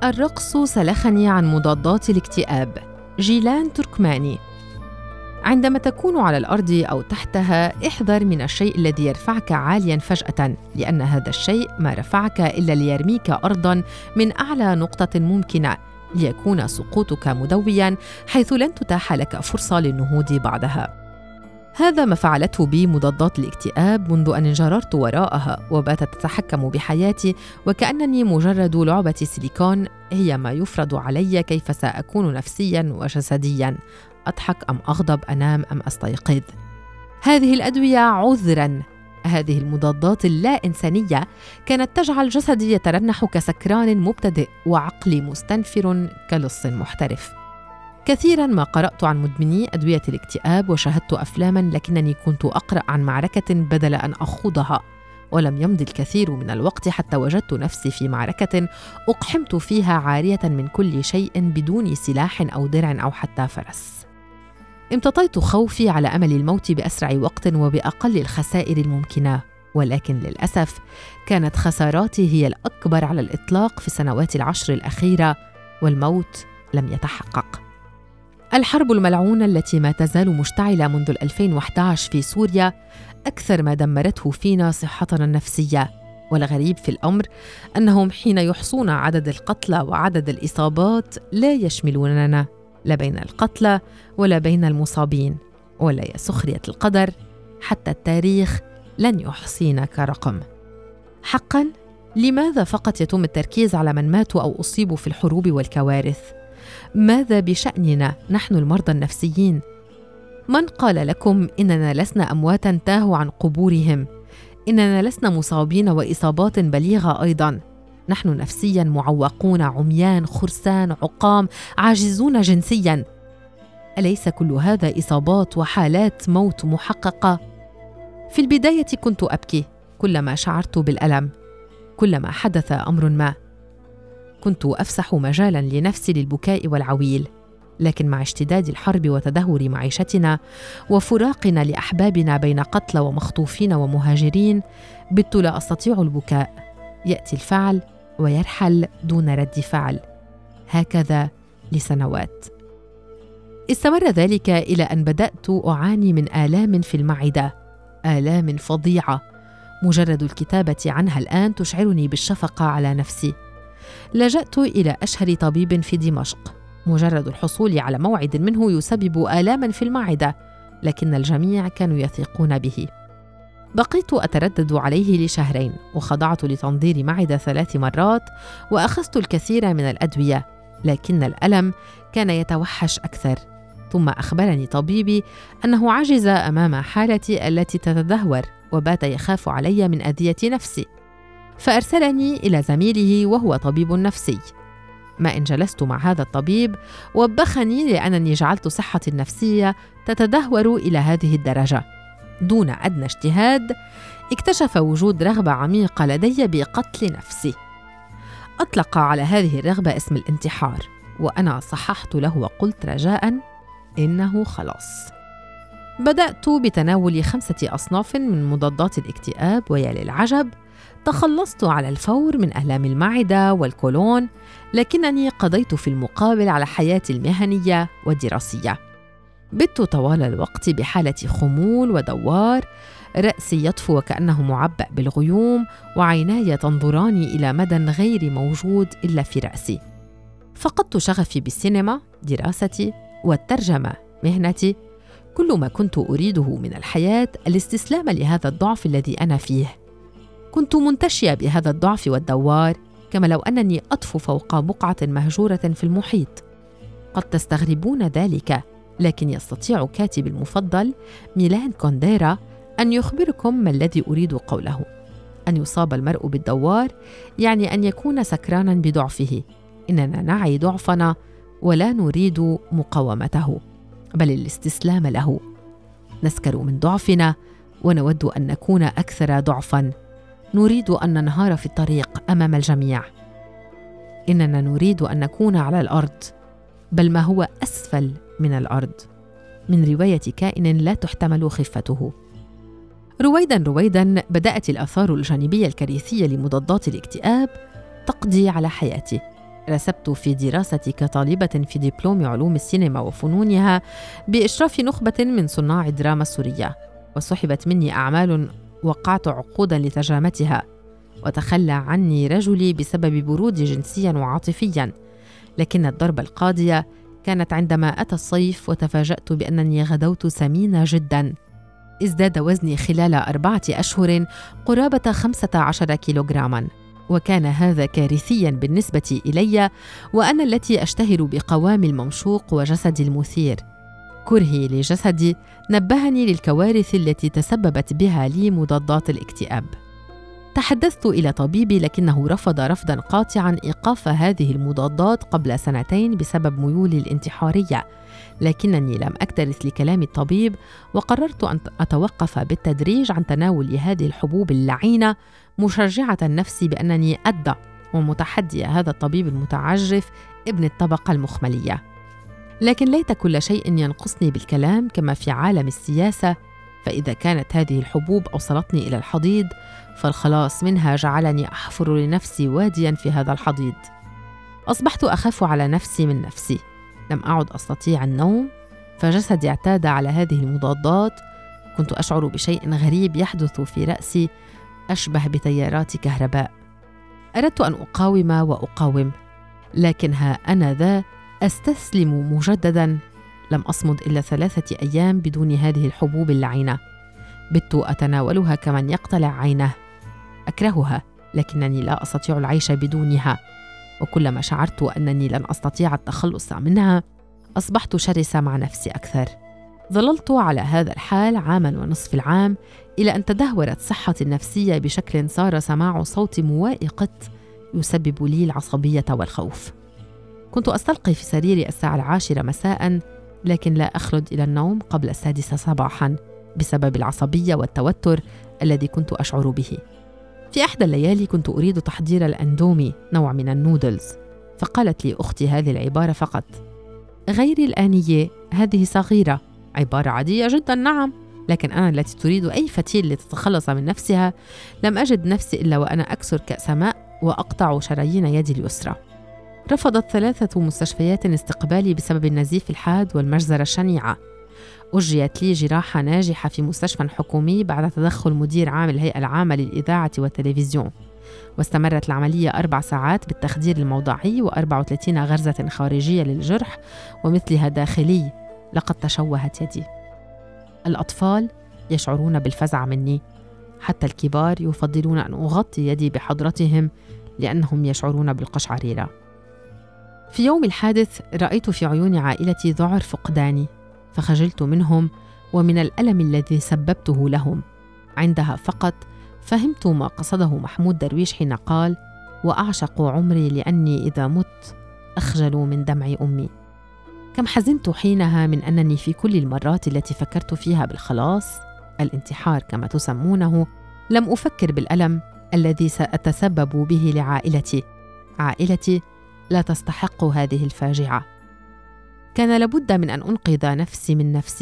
الرقص سلخني عن مضادات الاكتئاب. جيلان تركماني. عندما تكون على الأرض أو تحتها، احذر من الشيء الذي يرفعك عالياً فجأة، لأن هذا الشيء ما رفعك إلا ليرميك أرضاً من أعلى نقطة ممكنة، ليكون سقوطك مدوياً حيث لن تتاح لك فرصة للنهوض بعدها. هذا ما فعلته بي مضادات الاكتئاب منذ أن انجررت وراءها وباتت تتحكم بحياتي، وكأنني مجرد لعبة سيليكون هي ما يفرض علي كيف سأكون نفسياً وجسدياً، أضحك أم أغضب، أنام أم أستيقظ. هذه الأدوية عذراً، هذه المضادات اللا إنسانية كانت تجعل جسدي يترنح كسكران مبتدئ وعقلي مستنفر كلص محترف. كثيراً ما قرأت عن مدمني أدوية الاكتئاب وشاهدت أفلاماً، لكنني كنت أقرأ عن معركة بدل أن أخوضها، ولم يمضي الكثير من الوقت حتى وجدت نفسي في معركة أقحمت فيها عارية من كل شيء بدون سلاح أو درع أو حتى فرس. امتطيت خوفي على أمل الموت بأسرع وقت وبأقل الخسائر الممكنة، ولكن للأسف كانت خساراتي هي الأكبر على الإطلاق في السنوات 10 الأخيرة، والموت لم يتحقق. الحرب الملعونة التي ما تزال مشتعلة منذ 2011 في سوريا أكثر ما دمرته فينا صحتنا النفسية، والغريب في الأمر أنهم حين يحصون عدد القتلى وعدد الإصابات لا يشملوننا، لا بين القتلى ولا بين المصابين، ولا يا سخرية القدر حتى التاريخ لن يحصينا كرقم. حقاً، لماذا فقط يتم التركيز على من ماتوا أو أصيبوا في الحروب والكوارث؟ ماذا بشأننا نحن المرضى النفسيين؟ من قال لكم إننا لسنا أمواتاً تاهوا عن قبورهم؟ إننا لسنا مصابين وإصابات بليغة أيضاً. نحن نفسياً معوقون، عميان، خرسان، عقام، عاجزون جنسياً. أليس كل هذا إصابات وحالات موت محققة؟ في البداية كنت أبكي كلما شعرت بالألم، كلما حدث أمر ما كنت أفسح مجالاً لنفسي للبكاء والعويل، لكن مع اشتداد الحرب وتدهور معيشتنا وفراقنا لأحبابنا بين قتلى ومخطوفين ومهاجرين، بت لا أستطيع البكاء. يأتي الفعل ويرحل دون رد فعل، هكذا لسنوات. استمر ذلك إلى أن بدأت أعاني من آلام في المعدة، آلام فظيعة مجرد الكتابة عنها الآن تشعرني بالشفقة على نفسي. لجأت إلى أشهر طبيب في دمشق، مجرد الحصول على موعد منه يسبب آلاما في المعدة، لكن الجميع كانوا يثقون به. بقيت أتردد عليه لشهرين، وخضعت لتنظير معدة 3 مرات، وأخذت الكثير من الأدوية، لكن الألم كان يتوحش أكثر. ثم أخبرني طبيبي أنه عجز أمام حالتي التي تتدهور، وبات يخاف علي من أذية نفسي، فأرسلني إلى زميله وهو طبيب نفسي. ما إن جلست مع هذا الطبيب وبخني لأنني جعلت صحتي النفسية تتدهور إلى هذه الدرجة. دون أدنى اجتهاد اكتشف وجود رغبة عميقة لدي بقتل نفسي. أطلق على هذه الرغبة اسم الانتحار، وأنا صححت له وقلت رجاءً إنه خلاص. بدأت بتناول 5 أصناف من مضادات الاكتئاب، ويا للعجب تخلصت على الفور من آلام المعدة والكولون، لكنني قضيت في المقابل على حياتي المهنية والدراسية. بت طوال الوقت بحالة خمول ودوار، رأسي يطفو وكأنه معبأ بالغيوم، وعيناي تنظران إلى مدى غير موجود إلا في رأسي. فقدت شغفي بالسينما، دراستي، والترجمة، مهنتي. كل ما كنت أريده من الحياة الاستسلام لهذا الضعف الذي أنا فيه. كنت منتشية بهذا الضعف والدوار، كما لو أنني أطفو فوق بقعة مهجورة في المحيط. قد تستغربون ذلك، لكن يستطيع كاتبي المفضل ميلان كونديرا أن يخبركم ما الذي أريد قوله. أن يصاب المرء بالدوار يعني أن يكون سكرانا بضعفه. إننا نعي ضعفنا ولا نريد مقاومته، بل الاستسلام له. نسكر من ضعفنا ونود أن نكون أكثر ضعفاً. نريد أن ننهار في الطريق أمام الجميع. إننا نريد أن نكون على الأرض، بل ما هو أسفل من الأرض، من رواية كائن لا تحتمل خفته. رويداً بدأت الآثار الجانبية الكارثية لمضادات الاكتئاب تقضي على حياتي. رسبت في دراستي كطالبة في دبلوم علوم السينما وفنونها بإشراف نخبة من صناع الدراما السورية، وسحبت مني أعمال وقعت عقودا لترجمتها، وتخلى عني رجلي بسبب برودي جنسيا وعاطفيا. لكن الضربة القاضية كانت عندما أتى الصيف وتفاجأت بأنني غدوت سمينة جدا. ازداد وزني خلال 4 أشهر قرابة 15 كيلوغراما، وكان هذا كارثيا بالنسبة إلي، وأنا التي أشتهر بقوامي الممشوق وجسدي المثير. كرهي لجسدي نبهني للكوارث التي تسببت بها لي مضادات الاكتئاب. تحدثت إلى طبيبي لكنه رفض رفضاً قاطعاً إيقاف هذه المضادات قبل 2 بسبب ميولي الانتحارية، لكنني لم أكترث لكلام الطبيب، وقررت أن أتوقف بالتدريج عن تناول هذه الحبوب اللعينة، مشجعة نفسي بأنني أدى ومتحدية هذا الطبيب المتعجرف ابن الطبقة المخملية. لكن ليت كل شيء ينقصني بالكلام كما في عالم السياسة، فإذا كانت هذه الحبوب أوصلتني إلى الحضيض، فالخلاص منها جعلني أحفر لنفسي وادياً في هذا الحضيض. أصبحت أخاف على نفسي من نفسي، لم أعد أستطيع النوم، فجسدي اعتاد على هذه المضادات. كنت أشعر بشيء غريب يحدث في رأسي أشبه بتيارات كهرباء. أردت أن أقاوم، لكن ها أنا ذا أستسلم مجدداً. لم أصمد إلا 3 أيام بدون هذه الحبوب اللعينة. بت أتناولها كمن يقتلع عينه. أكرهها، لكنني لا أستطيع العيش بدونها، وكلما شعرت أنني لن أستطيع التخلص منها أصبحت شرسة مع نفسي أكثر. ظللت على هذا الحال 1.5 العام، إلى أن تدهورت صحتي النفسية بشكل صار سماع صوت موائقة يسبب لي العصبية والخوف. كنت أستلقي في سريري 10 مساء، لكن لا أخلد إلى النوم قبل 6 صباحاً بسبب العصبية والتوتر الذي كنت أشعر به. في إحدى الليالي كنت أريد تحضير الأندومي، نوع من النودلز، فقالت لي أختي هذه العبارة فقط: غيري الآنية، هذه صغيرة. عبارة عادية جدا، نعم، لكن أنا التي تريد أي فتيل لتتخلص من نفسها لم أجد نفسي إلا وأنا أكسر كأس ماء وأقطع شرايين يدي اليسرى. رفضت 3 مستشفيات استقبالي بسبب النزيف الحاد والمجزرة الشنيعة. أجريت لي جراحة ناجحة في مستشفى حكومي بعد تدخل مدير عام الهيئة العامة للإذاعة والتلفزيون، واستمرت العملية 4 ساعات بالتخدير الموضعي و34 غرزة خارجية للجرح ومثلها داخلي. لقد تشوهت يدي. الأطفال يشعرون بالفزع مني، حتى الكبار يفضلون أن أغطي يدي بحضرتهم لأنهم يشعرون بالقشعريرة. في يوم الحادث رأيت في عيون عائلتي ذعر فقداني، فخجلت منهم ومن الألم الذي سببته لهم. عندها فقط فهمت ما قصده محمود درويش حين قال: وأعشق عمري لأني إذا مت أخجل من دمع أمي. كم حزنت حينها من أنني في كل المرات التي فكرت فيها بالخلاص، الانتحار كما تسمونه، لم أفكر بالألم الذي سأتسبب به لعائلتي. عائلتي لا تستحق هذه الفاجعة. كان لابد من أن أنقذ نفسي من نفسي.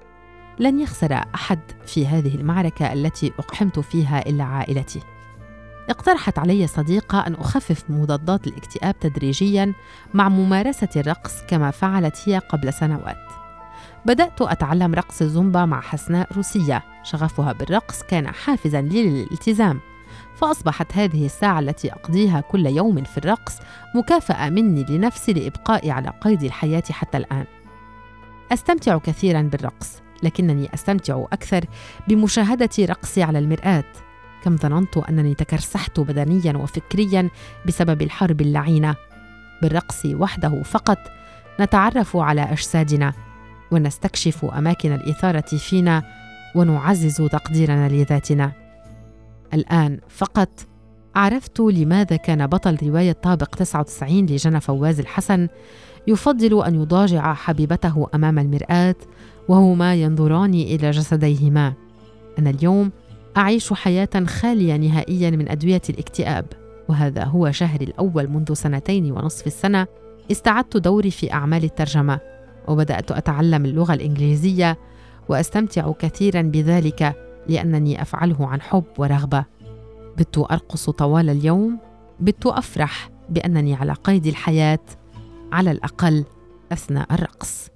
لن يخسر أحد في هذه المعركة التي أقحمت فيها إلا عائلتي. اقترحت علي صديقة أن أخفف مضادات الاكتئاب تدريجياً مع ممارسة الرقص كما فعلت هي قبل سنوات. بدأت أتعلم رقص الزومبا مع حسناء روسية، شغفها بالرقص كان حافزاً لي للالتزام، فأصبحت هذه الساعة التي أقضيها كل يوم في الرقص مكافأة مني لنفسي لإبقائي على قيد الحياة حتى الآن. أستمتع كثيراً بالرقص، لكنني أستمتع أكثر بمشاهدة رقصي على المرآة. كم ظننت أنني تكرسحت بدنياً وفكرياً بسبب الحرب اللعينة. بالرقص وحده فقط نتعرف على أجسادنا ونستكشف أماكن الإثارة فينا ونعزز تقديرنا لذاتنا. الآن فقط عرفت لماذا كان بطل رواية طابق 99 لجنى فواز الحسن يفضل أن يضاجع حبيبته أمام المرآة وهما ينظران إلى جسديهما. أنا اليوم أعيش حياة خالية نهائياً من أدوية الاكتئاب، وهذا هو شهري الأول منذ 2.5 سنة. استعدت دوري في أعمال الترجمة وبدأت أتعلم اللغة الإنجليزية، وأستمتع كثيراً بذلك لأنني أفعله عن حب ورغبة. بت أرقص طوال اليوم، بت أفرح بأنني على قيد الحياة على الأقل أثناء الرقص.